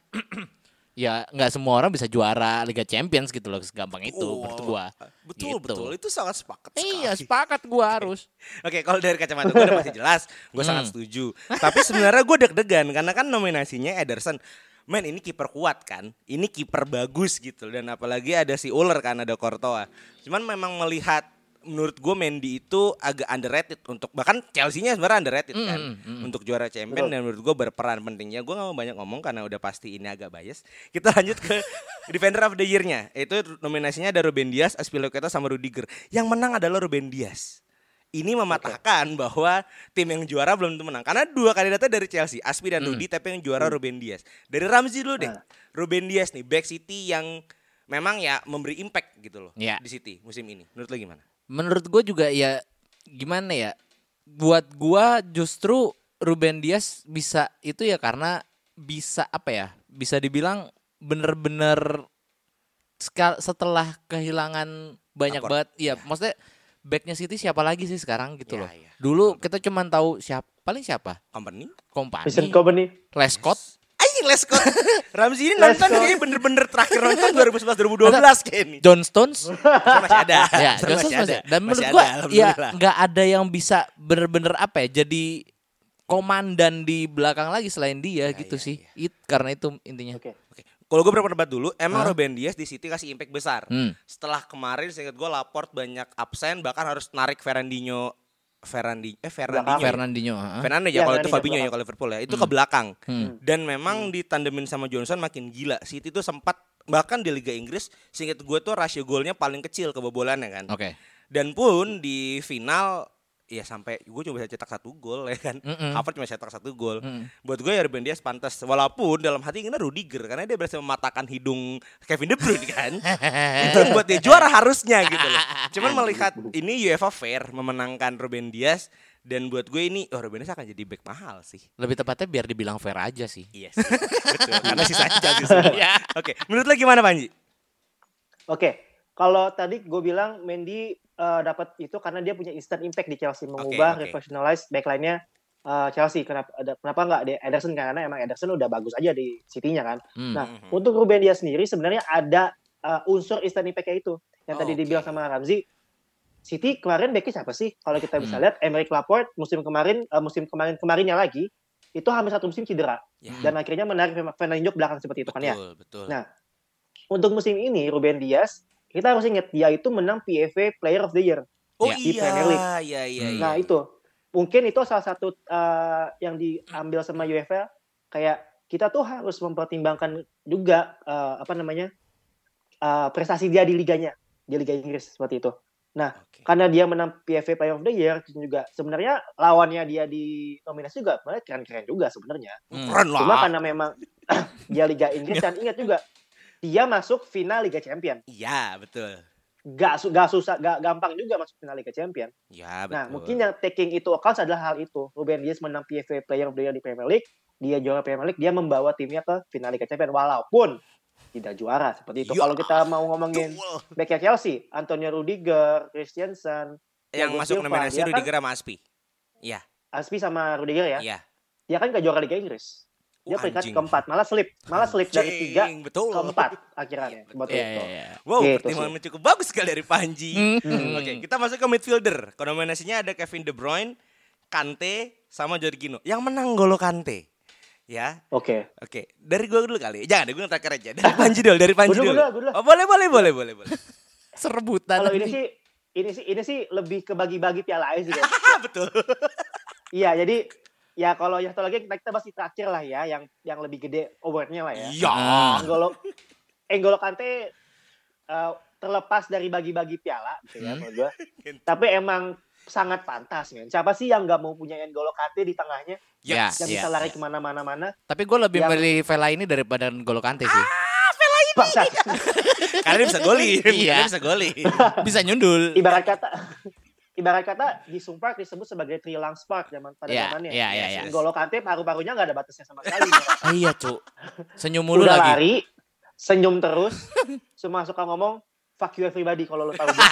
ya nggak semua orang bisa juara Liga Champions gitu loh segampang itu Oh, menurut gua. Betul, Gitu. betul. Itu sangat sepakat sekali. Iya sepakat gua harus. Oke, kalau dari kacamata gue udah pasti jelas, gue Hmm. sangat setuju. Tapi sebenarnya gue deg-degan karena kan nominasinya Ederson. Men, ini kiper kuat kan, ini kiper bagus gitu, dan apalagi ada si Uller kan, ada Courtois. Cuman memang melihat, menurut gue Mendy itu agak underrated untuk bahkan Chelsea-nya sebenarnya underrated kan Mm, mm, mm. untuk juara champion. Betul. Dan menurut gue berperan pentingnya. Gue gak mau banyak ngomong karena udah pasti ini agak bias. Kita lanjut ke Defender of the Year-nya. Itu nominasinya ada Ruben Dias, Azpilicueta sama Rudiger. Yang menang adalah Ruben Dias. Ini mematahkan bahwa tim yang juara belum tentu menang. Karena dua kandidatnya dari Chelsea, Aspi dan Hmm. Rudi, tapi yang juara Ruben Dias. Dari Ramzi dulu deh. Nah. Ruben Dias nih, back City yang memang ya memberi impact gitu loh Ya. di City musim ini. Menurut lo gimana? Menurut gue juga ya gimana ya. Buat gua justru Ruben Dias bisa itu ya karena bisa apa ya? Bisa dibilang bener-bener sekal- setelah kehilangan banyak Support. banget. Iya, maksudnya backnya City siapa lagi sih sekarang gitu Ya, loh. ya. Dulu kita cuman tahu siapa paling siapa? Company? Kompani, Vincent Kompany. Lescott. Anjing let's go. Ramzi ini Let's nonton go. kayaknya bener-bener terakhir nonton dua ribu sebelas dua ribu dua belas kayak ini. John Stones. Masih ada. ya, Masih John Stones masih. Dan menurut Masih gua ada, ya alhamdulillah. nggak ada yang bisa bener-bener apa ya jadi komandan di belakang lagi selain dia Ya, gitu ya, sih. It, karena itu intinya. Oke. Oke. Kalau gue berpendapat dulu, emang Hah? Ruben Dias di City kasih impact besar. Hmm. Setelah kemarin, seingat gue Laporte banyak absen, bahkan harus narik Fernandinho, Ferrandi, eh Fernandinho, ya? Fernandinho. heeh. Fernando ya Ya, kalau itu Fernandinho Fabinho ya belakang. kalau Liverpool ya, itu ke belakang. Hmm. Dan memang ditandemin sama Johnson makin gila. City itu sempat bahkan di Liga Inggris, seingat gue tuh rasio golnya paling kecil kebobolannya kan. Oke. Dan pun di final ya sampai gue cuma bisa cetak satu gol ya kan. Mm-mm. Harvard cuma cetak satu gol. Mm. Buat gue ya Ruben Dias pantas. Walaupun dalam hati inginnya Rudiger karena dia berhasil mematahkan hidung Kevin De Bruyne kan. Itu yang buat dia juara harusnya gitu loh. Cuman melihat ini UEFA fair memenangkan Ruben Dias dan buat gue ini oh Ruben Dias akan jadi back mahal sih. Lebih tepatnya biar dibilang fair aja sih. Iya sih. Betul. Karena sisanya Chelsea semua. Oke, menurut lo gimana Panji? Oke, kalau tadi gue bilang Mendy uh, dapat itu karena dia punya instant impact di Chelsea, mengubah, oke. revolutionalize backline-nya uh, Chelsea. Kenapa ada kenapa nggak di Ederson? Karena emang Ederson udah bagus aja di City-nya kan. Hmm. Nah, Mhm. untuk Ruben Dias sendiri sebenarnya ada uh, unsur instant impact-nya itu. Yang tadi Oke. dibilang sama Ramzi, City kemarin backnya siapa sih? Kalau kita bisa Hmm. lihat, Emerick Laporte musim kemarin, uh, musim kemarin kemarinnya lagi itu hampir satu musim cedera Ya. dan akhirnya menarik Fernandinho ke belakang seperti itu kan ya. Betul, betul. Nah, untuk musim ini Ruben Dias kita harus ingat dia itu menang P F A Player of the Year. oh Ya. di iya, Premier League. iya, iya, Hmm. iya. Nah itu mungkin itu salah satu uh, yang diambil sama UEFA kayak kita tuh harus mempertimbangkan juga uh, apa namanya uh, prestasi dia di liganya di Liga Inggris seperti itu. Nah Oke. karena dia menang P F A Player of the Year juga sebenarnya lawannya dia di nominasi juga sebenarnya keren-keren juga sebenarnya. Hmm. Keren lah. Cuma karena memang dia Liga Inggris dan ingat juga dia masuk final Liga Champion. Iya, betul. gak, su- gak susah, gak gampang juga masuk final Liga Champion. Ya, betul. Nah, mungkin yang taking itu account adalah hal itu. Ruben Dias menang P F A Player of the Year di Premier League, dia juara Premier League, dia membawa timnya ke final Liga Champion walaupun tidak juara seperti itu. Ya, Kalau kita mau ngomongin betul. backnya Chelsea, Antonio Rudiger, Christensen, Yang Thiago masuk Silva, nominasi dia kan Rudiger sama Aspi. Iya, Aspi sama Rudiger ya. iya. Dia kan gak juara Liga Inggris. Dia Oh, peringkat anjing. keempat, malah slip, malah slip dari Anjing, tiga betul. ke empat akhirnya. Betul Iya, itu. iya, iya. Wow, Gitu pertimbangan cukup bagus sekali dari Panji. Hmm. Oke, kita masuk ke midfielder. Nominasinya ada Kevin De Bruyne, Kante, sama Jorginho. Yang menang Golo Kante. Ya, Oke. oke. Dari gue dulu kali. Jangan, gue ngetracker aja. Dari Panji dulu, dari Panji Gua dulu, dulu. gua dulu, gua dulu. Oh, boleh, boleh, boleh, boleh, boleh. Serebutan. Kalau ini nih. sih ini sih ini sih lebih ke bagi-bagi piala aja sih guys. Ah, betul. Iya, jadi ya kalau yang satu lagi kita, kita pasti terakhir lah ya, yang yang lebih gede awardnya lah ya. Iya. N'Golo N'Golo Kante eh, terlepas dari bagi-bagi piala gitu ya menurut gua. Tapi emang sangat pantas men. Siapa sih yang nggak mau punya N'Golo Kante di tengahnya Ya, yang iya, bisa lari iya. kemana-mana-mana? Tapi gue lebih Yang- milih Vela ini daripada N'Golo Kante sih. Bangsat. Karena dia bisa golin. Iya. Dia bisa golin. Bisa nyundul. Ibarat kata ibarat kata di Sumpark disebut sebagai three lung spark zaman pada Iya, zamannya. iya, iya, iya. N'Golo Kante paru-parunya nggak ada batasnya sama sekali. Ah, iya, Cuk. Senyum mulu Udah lagi. lari, senyum terus, semua suka ngomong fuck you everybody kalau lo tahu.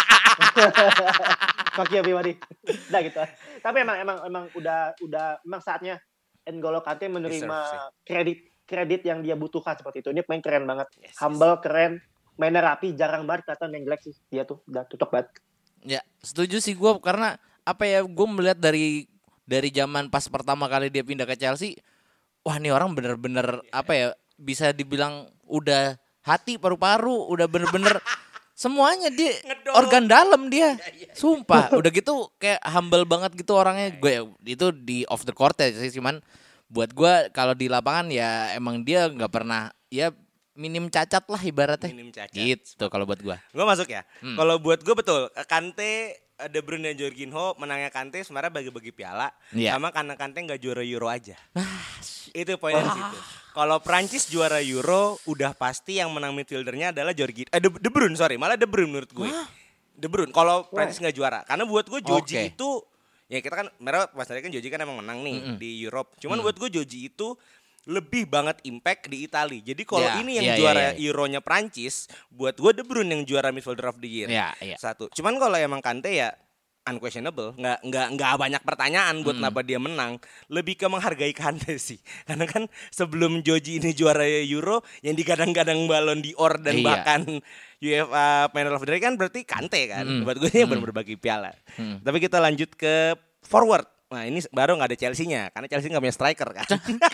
Fuck you everybody. Udah gitu. Tapi emang emang emang udah udah emang saatnya N'Golo Kante menerima Deserve sih. kredit kredit yang dia butuhkan seperti itu. Ini main keren banget, Yes, humble, keren, mainnya rapi, jarang banget kelihatan main jelek sih. Dia tuh udah cocok banget. Ya, setuju sih gue karena apa ya, gue melihat dari dari zaman pas pertama kali dia pindah ke Chelsea, wah nih orang bener-bener apa ya, bisa dibilang udah hati paru-paru, udah bener-bener semuanya dia Ngedol. organ dalam dia. Sumpah, udah gitu kayak humble banget gitu orangnya. Gue itu di off the court ya sih, cuman buat gue kalau di lapangan ya emang dia nggak pernah ya minim cacat lah ibaratnya. Minim cacat. Gitu kalau buat gue. Gue masuk ya. Hmm. Kalau buat gue betul, Kante, De Bruyne dan Jorginho menangnya Kante sebenarnya bagi-bagi piala. Iya. Sama karena Kante nggak juara Euro aja. Itu poinnya di situ. Kalau Prancis juara Euro, udah pasti yang menang midfieldernya adalah Jorginho. Eh, De, De Bruyne, sorry, malah De Bruyne menurut gue. De Bruyne. Kalau Prancis nggak juara, karena buat gue Joji Oke. itu, ya kita kan, mereka pas tadi kan Joji kan emang menang nih Mm-mm. di Europe. Cuman buat gue Joji itu lebih banget impact di Itali. Jadi kalau Ya, ini yang iya, iya, juara iya. Euro-nya Prancis, buat gue De Bruyne yang juara midfielder of the year. Iya, iya. Satu. Cuman kalau emang Kante ya unquestionable, nggak nggak nggak banyak pertanyaan buat Hmm. kenapa dia menang. Lebih ke menghargai Kante sih. Karena kan sebelum Joji ini juara Euro, yang digadang-gadang Ballon d'Or dan Iya. bahkan UEFA Player of the Year kan berarti Kante kan. Hmm. Buat gue ini yang Hmm. benar berbagi piala. Hmm. Tapi kita lanjut ke forward. Nah ini baru nggak ada Chelsea-nya, karena Chelsea nggak punya striker kan.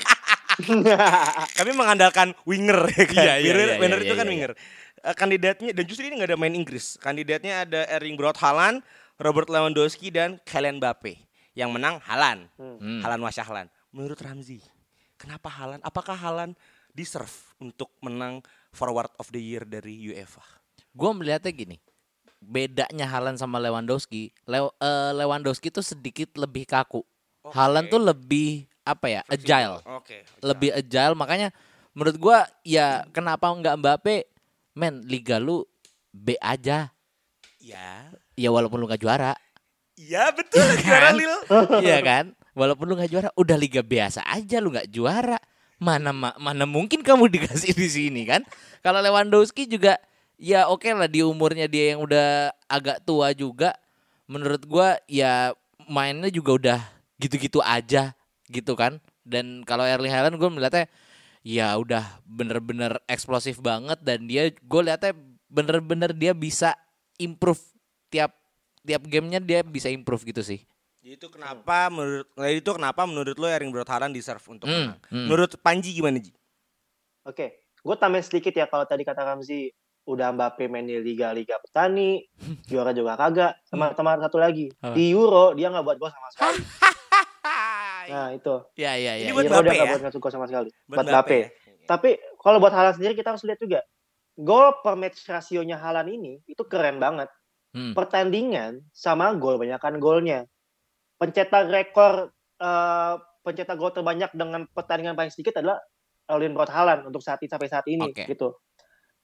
Kami mengandalkan winger ya kan. Iya, iya, winger iya, winger iya, itu kan iya, winger. Eh, kandidatnya dan justru ini nggak ada main Inggris. Kandidatnya ada Erling Braut Haaland, Robert Lewandowski dan Kylian Mbappe. Yang menang Haaland. Hmm. Haaland Wasyahlan. Menurut Ramzi, kenapa Haaland? Apakah Haaland deserve untuk menang Forward of the Year dari UEFA? Gue melihatnya gini, bedanya Haaland sama Lewandowski, Lew- eh, Lewandowski tuh sedikit lebih kaku, Oke. Haaland tuh lebih apa ya, agile, Oke. lebih agile. Makanya menurut gue ya kenapa nggak Mbappe, men liga lu B aja, Ya. ya walaupun lu nggak juara, Iya betul juara Lil. iya kan, walaupun lu nggak juara, udah liga biasa aja lu nggak juara, mana ma- mana mungkin kamu dikasih di sini kan? Kalau Lewandowski juga ya oke lah, di umurnya dia yang udah agak tua juga, menurut gua ya mainnya juga udah gitu-gitu aja gitu kan. Dan kalau Erling Haaland gue melihatnya ya udah bener-bener eksplosif banget, dan dia gue lihatnya bener-bener dia bisa improve tiap tiap gamenya, dia bisa improve gitu sih. Jadi itu kenapa menurut itu kenapa menurut lo Erling Braut Haaland deserve untuk Hmm, menang? hmm. Menurut Panji gimana Ji? Oke, gue tambahin sedikit ya, kalau tadi kata Ramzi udah Mbappe main di liga-liga petani, juara juga kagak, sama sama satu lagi Apa? di Euro dia nggak buat gol sama sekali. Nah itu, Ya ya Ini ya. buat Euro Mbappe dia nggak ya? buat satu gol sama sekali. Buat Buat Mbappe Mbappe. ya? Tapi kalau buat Haaland sendiri kita harus lihat juga, gol per match rasionya Haaland ini itu keren banget. Hmm. Pertandingan sama gol, banyakan golnya. Pencetak rekor eh, pencetak gol terbanyak dengan pertandingan paling sedikit adalah Erling Braut Haaland untuk saat ini, sampai saat ini Oke. gitu.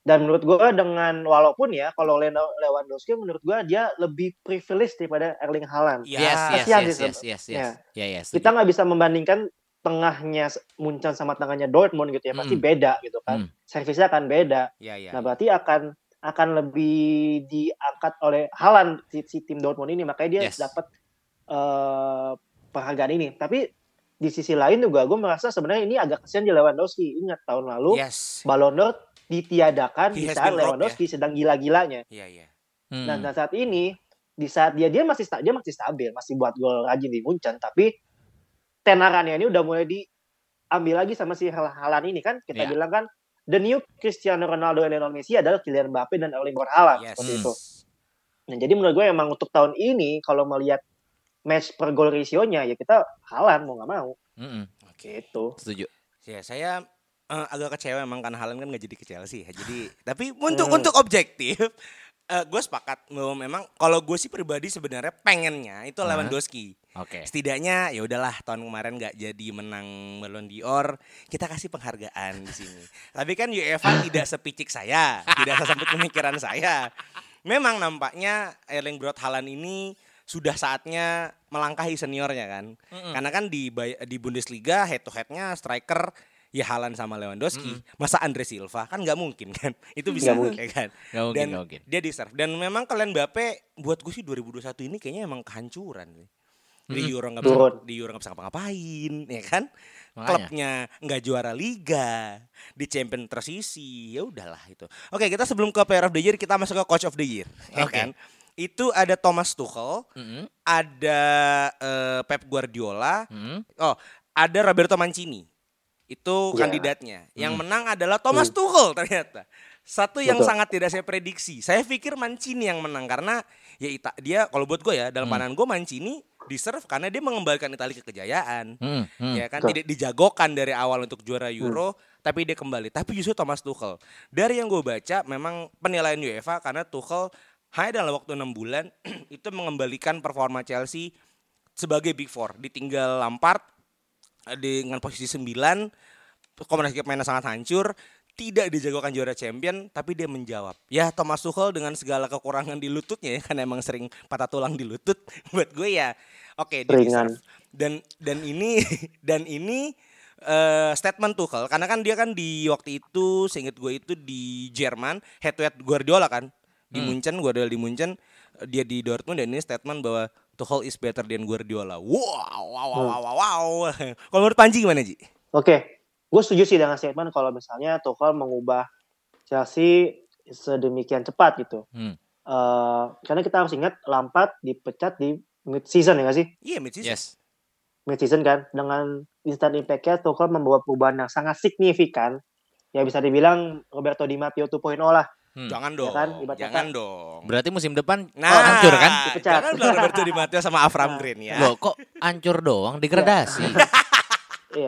Dan menurut gue dengan walaupun ya kalau Lewandowski menurut gue dia lebih privilege daripada Erling Haaland. Iya. Yes, yes, Kasihan yes, sih yes, yes, yes. Ya. Ya, ya, Kita nggak bisa membandingkan tengahnya Munchen sama tengahnya Dortmund gitu ya, pasti Mm-mm. beda gitu kan. Mm. Servisnya akan beda. Iya, iya. Nah berarti akan akan lebih diangkat oleh Haaland si, si tim Dortmund ini, makanya dia Yes. dapat uh, penghargaan ini. Tapi di sisi lain juga gue merasa sebenarnya ini agak kesian di Lewandowski. Ingat tahun lalu Yes. Ballon d'Or ditiadakan He di has saat been robbed, Lewandowski sedang gila-gilanya. Iya, iya. Hmm. Nah, nah saat ini di saat dia dia masih sta- dia masih stabil, masih buat gol rajin di Munchen, tapi tenarannya ini udah mulai diambil lagi sama si Hal- Haaland ini kan. Kita Iya. bilang kan the new Cristiano Ronaldo dan Lionel Messi adalah Kylian Mbappe dan Erling Braut Haaland Yes. seperti Hmm. itu. Nah, jadi menurut gue emang untuk tahun ini kalau melihat match per goal ratio-nya ya kita Haaland mau nggak mau Mm-mm. gitu. Setuju. Ya, saya eh, agak kecewa emang karena Haaland kan nggak jadi ke Chelsea ya. Jadi tapi untuk Hmm. untuk objektif eh, gue sepakat bahwa memang kalau gue sih pribadi sebenarnya pengennya itu Hah? Lewandowski. Oke. Setidaknya ya udahlah tahun kemarin nggak jadi menang Ballon d'Or, kita kasih penghargaan di sini. Tapi kan UEFA tidak sepicik saya, tidak sesempit pemikiran saya. Memang nampaknya Erling Braut Haaland ini sudah saatnya melangkahi seniornya kan. Mm-mm. Karena kan di Bay- di Bundesliga head to headnya striker ya Haaland sama Lewandowski. Masa Andre Silva kan nggak mungkin kan. Itu bisa Nggak mungkin. ya kan. Nggak mungkin, Dan nggak mungkin. dia deserve. Dan memang kalian Mbappe buat gue sih dua ribu dua puluh satu ini kayaknya emang kehancuran sih. Di Mm-mm. Euro nggak bisa Turun. di Euro nggak bisa ngapa-ngapain ya kan. Makanya. Klubnya nggak juara liga, di champion tersisi, ya udahlah itu. Oke, kita sebelum ke Player of the Year kita masuk ke Coach of the Year, ya Oke. kan? Itu ada Thomas Tuchel, Mm-mm. ada eh, Pep Guardiola, Mm-mm. oh ada Roberto Mancini, itu Ya. kandidatnya. Yang Hmm. menang adalah Thomas Tuchel ternyata. Satu yang Betul. sangat tidak saya prediksi. Saya pikir Mancini yang menang karena ya Ita- dia kalau buat gue ya dalam Hmm. pandangan gue Mancini deserve karena dia mengembalikan Italia ke kejayaan. Hmm, hmm. Ya kan Betul. tidak dijagokan dari awal untuk juara Euro, tapi dia kembali. Tapi justru Thomas Tuchel. Dari yang gue baca memang penilaian UEFA karena Tuchel hanya dalam waktu enam bulan itu mengembalikan performa Chelsea sebagai Big Four. Ditinggal Lampard eh, dengan posisi sembilan, kombinasi pemainnya sangat hancur, tidak dijagokan juara champion, tapi dia menjawab. Ya Thomas Tuchel dengan segala kekurangan di lututnya ya, kan emang sering patah tulang di lutut. Buat gue ya, oke dia Ringan. deserve. Dan dan ini dan ini eh, statement Tuchel karena kan dia kan di waktu itu seingat gue itu di Jerman head to head Guardiola kan di Hmm. Munchen, Guardiola di Munchen, eh, dia di Dortmund dan ini statement bahwa Tuchel is better than Guardiola. Wow, wow, wow, wow, wow, wow. Kalau menurut Panji gimana Ji? Oke, gue setuju sih dengan statement kalau misalnya Tuchel mengubah Chelsea sedemikian cepat gitu. Hmm. Eh, karena kita harus ingat Lampard dipecat di mid season ya nggak sih? Iya, mid season. Yes. Mid season kan dengan instant impact-nya Tuchel membawa perubahan yang sangat signifikan. Ya bisa dibilang Roberto Di Matteo dua titik nol lah. Hmm. Jangan dong, kan, ibarat jangan kata- dong. Berarti musim depan Nah, oh, hancur kan? Dipecat. jangan bilang Roberto Di Matteo sama Avram Nah. Green ya. Loh kok hancur doang, degradasi. Iya.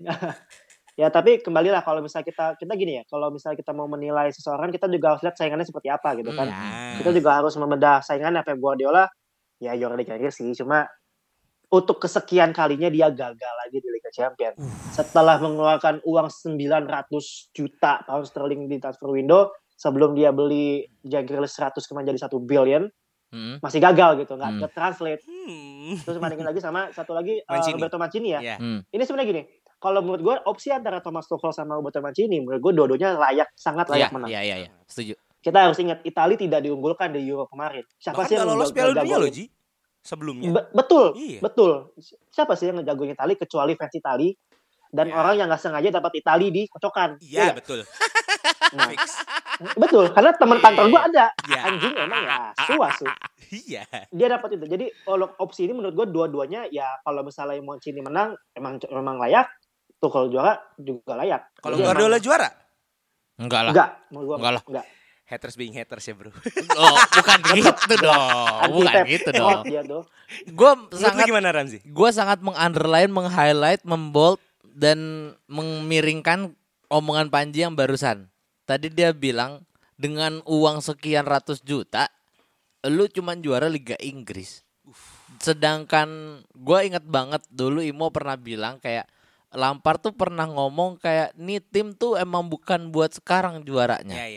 Ya tapi kembalilah kalau misalnya kita kita gini ya, kalau misalnya kita mau menilai seseorang kita juga harus lihat saingannya seperti apa gitu kan. Hmm. Kita juga harus membedah saingannya. Pep Guardiola ya juara Liga Inggris sih, cuma untuk kesekian kalinya dia gagal lagi di Liga Champions. Setelah mengeluarkan uang sembilan ratus juta pound sterling di transfer window sebelum dia beli Jack Grealish seratus kemarin jadi satu billion, Hmm. masih gagal gitu, nggak Hmm. ke-translate. Hmm. Terus bandingin lagi sama satu lagi uh, Mancini. Roberto Mancini ya. Ya. Hmm. Ini sebenarnya gini, kalau menurut gue opsi antara Thomas Tuchel sama Roberto Mancini, menurut gue dua-duanya layak, sangat Iya, layak menang. iya, iya, iya. Setuju. Kita harus ingat Italia tidak diunggulkan di Euro kemarin. Siapa Bahkan sih nggak yang lolos ngejag- Piala Dunia ngejagoin? loh Ji sebelumnya. Be- betul, Iya. betul. Siapa sih yang ngejagoin Italia kecuali fans Italia dan Ya. orang yang nggak sengaja dapat Italia di kocokan. Iya nggak? betul. Nah, Fix. betul. Karena teman Iya. kantor gue ada Iya. anjing emang ya suas tuh. Iya. Dia dapat itu. Jadi kalau opsi ini menurut gue dua-duanya ya kalau misalnya Mancini menang emang memang layak, Tuchel juara juga layak. Kalau Jadi Guardiola emang- juara, Enggak lah. enggak, menurut gue Enggak lah. enggak. haters being haters ya bro. Oh, bukan gitu dong. Bukan Anti-Pep. gitu Hot dong. dia tuh. Gue Menurut lu sangat gimana Ramzi? gue sangat meng-underline, meng-highlight, membold dan memiringkan omongan Panji yang barusan. Tadi dia bilang dengan uang sekian ratus juta lu cuman juara Liga Inggris. Sedangkan gue inget banget dulu Imo pernah bilang kayak Lampard tuh pernah ngomong kayak nih tim tuh emang bukan buat sekarang juaranya. Ya ya ya.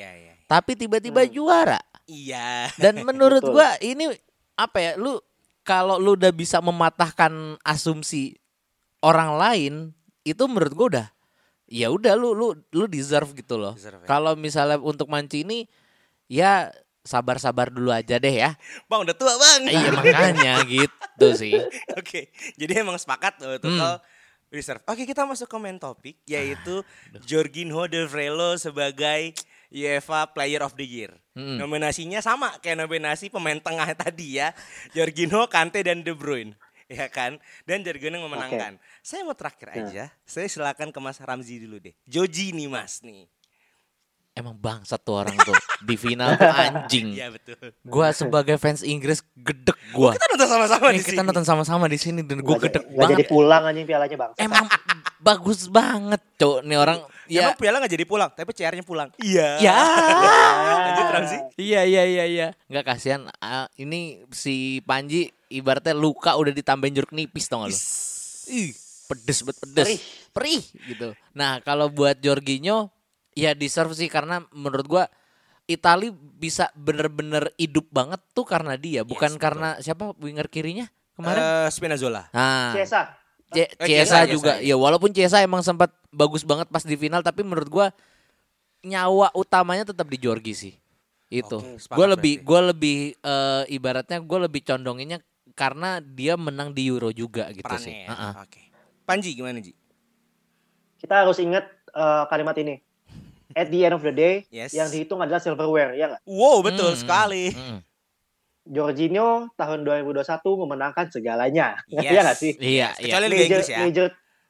tapi tiba-tiba Hmm. juara. Iya. Dan menurut Betul. gua ini apa ya? Lu kalau lu udah bisa mematahkan asumsi orang lain, itu menurut gua udah ya udah lu lu lu deserve gitu loh. Deserve, ya. Kalau misalnya untuk Mancini ya sabar-sabar dulu aja deh ya. Bang udah tua bang. Iya makanya gitu sih. Oke, jadi emang sepakat loh Hmm. Tuchel reserve. Oke, kita masuk ke main topik yaitu Jorginho de Vrelo sebagai UEFA Player of the Year. Hmm. Nominasinya sama kayak nominasi pemain tengah tadi ya. Jorginho, Kante dan De Bruyne. Ya kan? Dan Jorginho yang memenangkan. Saya mau terakhir aja. Saya silakan ke Mas Ramzi dulu deh. Joji nih Mas nih. Emang bangsat tuh orang tuh di final tuh anjing. Iya betul. Gua sebagai fans Inggris gedek gua. Kita nonton sama-sama Nih, di kita sini. nonton sama-sama di sini dan gua Nggak gedek jadi- nggak jadi banget. pulang anjing pialanya bang. Emang bagus banget, Cok. Nih orang Ya, ya. piala nggak jadi pulang, tapi C R-nya pulang. Iya. Ya. Lanjut Ramzi. Iya iya iya iya. Enggak kasihan. Ah, ini si Panji ibaratnya luka udah ditambahin jeruk nipis tau gak lu? Ih, pedes bet pedes. Perih. Perih gitu. Nah, kalau buat Jorginho ya deserve sih karena menurut gua Itali bisa bener-bener hidup banget tuh karena dia, bukan betul. karena siapa winger kirinya kemarin? Eh, Spinazzola. Nah, Ciesa. C- Eh, Chiesa Chiesa, juga. Chiesa, Ya walaupun Chiesa emang sempat bagus banget pas di final tapi menurut gua nyawa utamanya tetap di Jorgi sih. Itu. Oke, sepakat Gua lebih berarti. gua lebih eh, ibaratnya gua lebih condonginnya karena dia menang di Euro juga gitu sih. Perannya ya. Heeh. Oke. Panji gimana Ji? Kita harus ingat eh, kalimat ini. At the end of the day, Yes. yang dihitung adalah silverware, ya nggak? Wow betul Hmm, sekali. hmm. Jorginho tahun dua ribu dua puluh satu memenangkan segalanya. Yes. Iya nggak sih? Iya, iya. Kecuali Liga Inggris ya. Major,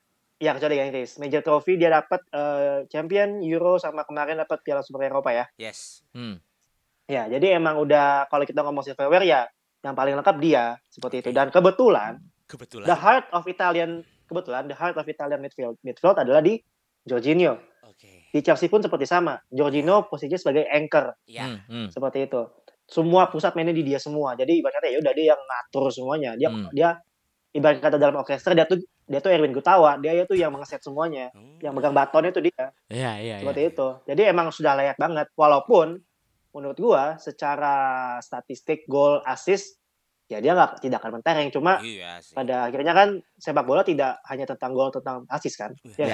ya kecuali Liga Inggris. Major trophy dia dapat eh, champion, Euro sama kemarin dapat Piala Super Eropa ya. Yes. Hmm. Ya, jadi emang udah kalau kita ngomong silverware ya yang paling lengkap dia seperti itu. Dan kebetulan Kebetulan. the heart of Italian kebetulan the heart of Italian midfield midfield adalah di Jorginho. Oke. Di Chelsea pun seperti sama. Jorginho posisinya sebagai anchor Ya. Hmm, hmm. seperti itu. Semua pusat mainnya di dia semua. Jadi ibaratnya ya udah dia yang ngatur semuanya. Dia Hmm. dia ibarat kata dalam orkestra dia tuh dia tuh Erwin Gutawa, dia itu yang mengeset semuanya. Hmm. Yang megang batonnya itu dia. Iya, iya, iya. Seperti itu. Jadi emang sudah layak banget. Walaupun menurut gua secara statistik gol assist ya dia nggak tidak akan mentereng. Cuma Iya sih. pada akhirnya kan sepak bola tidak hanya tentang gol, tentang assist kan. Ya. Ya.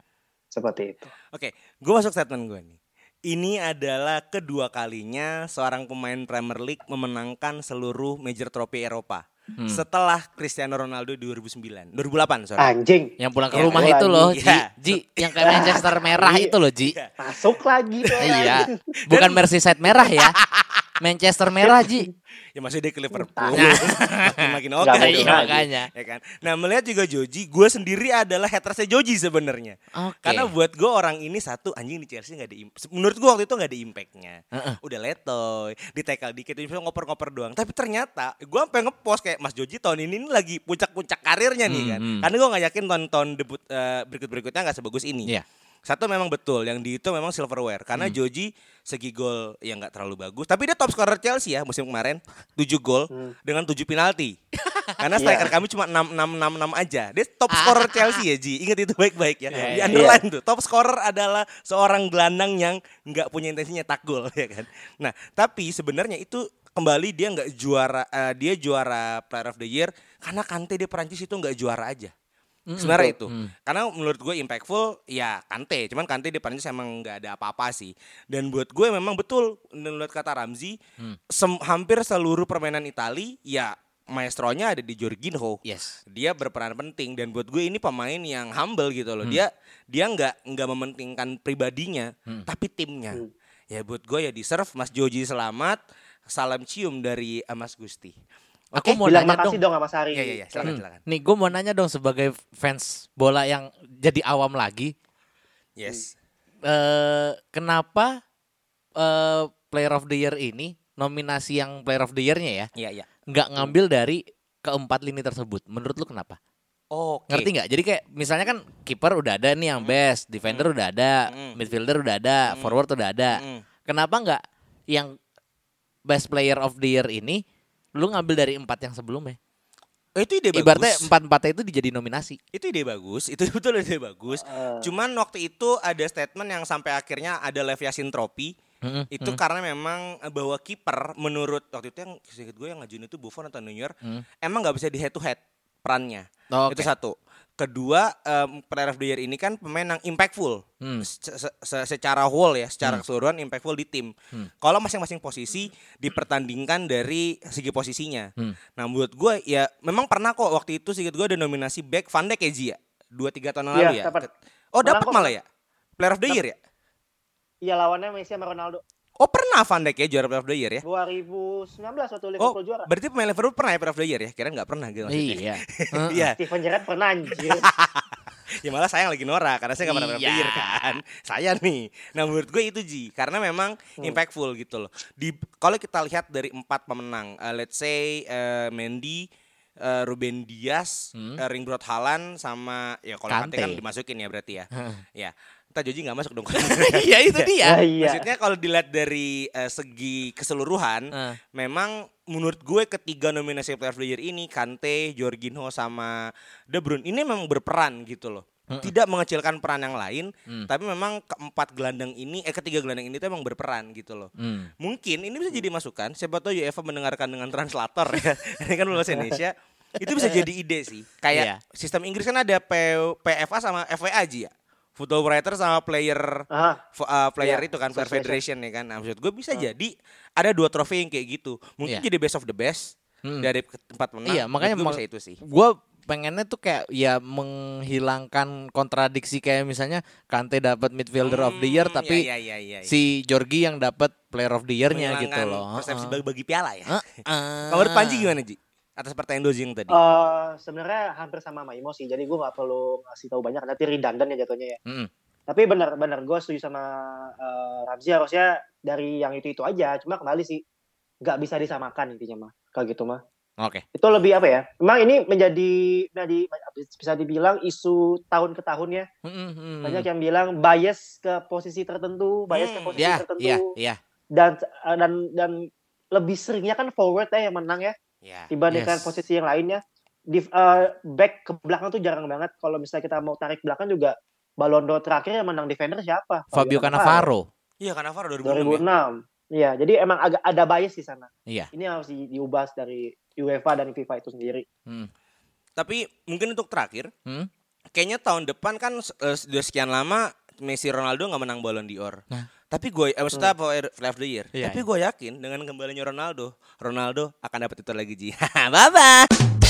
Seperti itu. Oke, gue masuk statement gue nih. Ini adalah kedua kalinya seorang pemain Premier League memenangkan seluruh major trofi Eropa. Hmm. Setelah Cristiano Ronaldo dua ribu sembilan, dua ribu delapan sorry. Anjing. Yang pulang ke Ya, rumah gua itu lagi. loh, Ji. Ya. Ji, yang kayak Manchester merah Iya. itu loh, Ji. Iya. Masuk lagi tuh. Iya. Bukan Merseyside merah ya. Manchester merah, Ji. Ya masih dia ke Liverpool. Nah. makin makin oke. Nggak Iya, mungkin lagi. makanya. Ya kan. Nah melihat juga Joji, gue sendiri adalah hatersnya Joji sebenarnya. Oke. Karena buat gue orang ini satu anjing di Chelsea nggak ada im- menurut gue waktu itu nggak ada impactnya. Heeh. Udah letoy, di tackle dikit, cuma ngoper-ngoper doang. Tapi ternyata gue sampai ngepost kayak Mas Joji tahun ini, ini lagi puncak-puncak karirnya nih Hmm, kan. hmm. Karena gue nggak yakin tahun-tahun debut eh, berikut-berikutnya nggak sebagus ini. Iya. Satu memang betul yang di itu memang silverware karena Hmm. Joji segi gol yang nggak terlalu bagus, tapi dia top scorer Chelsea ya musim kemarin, tujuh gol Hmm. dengan tujuh penalti. Karena Iya. striker kami cuma enam enam enam enam aja. Dia top scorer Chelsea ya, Ji. Ingat itu baik-baik ya. Iya, Di iya. underline tuh. Top scorer adalah seorang gelandang yang nggak punya intensi nyetak gol ya kan. Nah, tapi sebenarnya itu kembali dia nggak juara eh, dia juara Player of the Year karena Kante di Perancis itu nggak juara aja. Sebenarnya itu. Hmm. Karena menurut gue impactful ya Kante. Cuman Kante di Perancis emang nggak ada apa-apa sih. Dan buat gue memang betul menurut kata Ramzi, Hmm. sem- hampir seluruh permainan Itali ya maestronya ada di Jorginho. Yes. Dia berperan penting dan buat gue ini pemain yang humble gitu loh. Hmm. Dia dia nggak nggak mementingkan pribadinya, Hmm. tapi timnya. Hmm. Ya buat gue ya deserve. Mas Joji selamat. Salam cium dari eh, Mas Gusti. Aku mau Bilang nanya makasih dong. dong sama Sari. Iya iya iya, silakan Hmm. silakan. Nih, gue mau nanya dong sebagai fans bola yang jadi awam lagi. Yes. eh kenapa eh Player of the Year ini nominasi yang Player of the Year-nya ya Iya iya. nggak ngambil dari keempat lini tersebut? Menurut lu kenapa? Oke. Ngerti nggak? Jadi kayak misalnya kan kiper udah ada nih yang best, defender udah ada, Hmm. midfielder udah ada, Hmm. forward udah ada. Mm. Kenapa nggak yang best Player of the Year ini lu ngambil dari empat yang sebelumnya? Oh, itu ide Ibaratnya bagus. empat-empatnya itu dijadi nominasi. Itu ide bagus, itu betul ide bagus. Eh, Cuman waktu itu ada statement yang sampai akhirnya ada Lev Yashin Trophy Mm-mm, Itu mm. karena memang eh, bahwa kiper menurut waktu itu yang sedikit gue yang ngajuin itu Buffon atau Neuer, Mm. emang nggak bisa di head to head perannya. Oh, Itu oke. satu. Kedua, um, Player of the Year ini kan pemain yang impactful. Hmm. Se- se- se- secara whole ya, secara Hmm. keseluruhan impactful di tim. Hmm. Kalau masing-masing posisi dipertandingkan dari segi posisinya. Hmm. Nah, buat gue ya memang pernah kok waktu itu sedikit gue ada nominasi back Van Dijk ya Ji ya. dua tiga tahun yang Iya, lalu ya. dapat. Oh, Menang dapat kok, malah ya. Player of the Year ya. Iya, lawannya Messi sama Ronaldo. Oh, pernah Van Dijk ya juara Player of the Year ya. dua ribu sembilan belas waktu Oh, Liverpool juara. berarti pemain Liverpool pernah ya Player of the Year ya? Kira nggak pernah gitu maksudnya. Iya. Iya. Steven Gerrard pernah anjir. Ya malah saya yang lagi norak karena saya gak pernah Iya. berpikir kan. Saya nih. Nah menurut gue itu Ji, karena memang Hmm. impactful gitu loh. Di kalau kita lihat dari empat pemenang, uh, let's say uh, Mendy, uh, Ruben Dias, Hmm. uh, Ringbrot Haaland sama ya kalau Kante Kante. kan dimasukin ya berarti ya. Ya. Entah Joji gak masuk dong. Iya itu dia. Ah, iya. Maksudnya kalau dilihat dari uh, segi keseluruhan, Ah. memang menurut gue ketiga nominasi Player of the Year ini Kante, Jorginho sama De Bruyne ini memang berperan gitu loh. Tidak mengecilkan peran yang lain, Hmm. tapi memang keempat gelandang ini eh ketiga gelandang ini tuh emang berperan gitu loh. Hmm. Mungkin ini bisa jadi masukan, siapa tahu UEFA mendengarkan dengan translator ya. Ini kan bahasa Indonesia. Itu bisa jadi ide sih. Kayak Iya. sistem Inggris kan ada P P F A sama F W A aja ya. Football Writer sama player Ah, Fo- uh, player Iya, itu kan player association. federation ya kan. Nah, maksud gue bisa jadi ada dua trofi yang kayak gitu. Mungkin Iya. jadi best of the best Hmm. dari ke- tempat menang. Iya, makanya gue mak- bisa itu sih. Gue pengennya tuh kayak ya menghilangkan kontradiksi kayak misalnya Kante dapat midfielder of the year Hmm, tapi iya, iya, iya, iya. si Jorgi yang dapat player of the year-nya gitu Menghilangkan loh. persepsi Heeh. bagi-bagi piala ya. Heeh. Kalau menurut Panji gimana Ji? Atas pertanyaan Dozi yang tadi. eh, sebenarnya hampir sama sama Imo sih. Jadi gue nggak perlu ngasih tahu banyak nanti redundant ya jatuhnya ya. Mm-mm. Tapi benar-benar gue setuju sama eh, Ramzi, harusnya dari yang itu-itu aja. Cuma kembali sih nggak bisa disamakan intinya mah. Kayak gitu mah. Oke. Itu lebih apa ya? Memang ini menjadi menjadi bisa dibilang isu tahun ke tahun ya. Mm-mm, mm-mm. Banyak yang bilang bias ke posisi tertentu, bias ke Hmm, posisi Ya, tertentu. iya, iya. Dan eh, dan dan lebih seringnya kan forward ya yang menang ya Ya. dibandingkan Yes. posisi yang lainnya. Di eh, back ke belakang tuh jarang banget. Kalau misalnya kita mau tarik belakang juga Ballon d'Or terakhir yang menang defender siapa? Fabio Cannavaro. Iya, Cannavaro dua ribu dua ribu enam. Ya. enam. Iya, jadi emang agak ada bias di sana. Iya. Ini harus di, diubah dari UEFA dan FIFA itu sendiri. Hmm. Tapi mungkin untuk terakhir, Hmm? kayaknya tahun depan kan eh, sudah sekian lama Messi Ronaldo nggak menang Ballon d'Or. Nah. Tapi gue, eh, maksudnya Player of the Year. Iya, Tapi iya. gue yakin dengan kembalinya Ronaldo, Ronaldo akan dapat itu lagi Ji. Bye bye.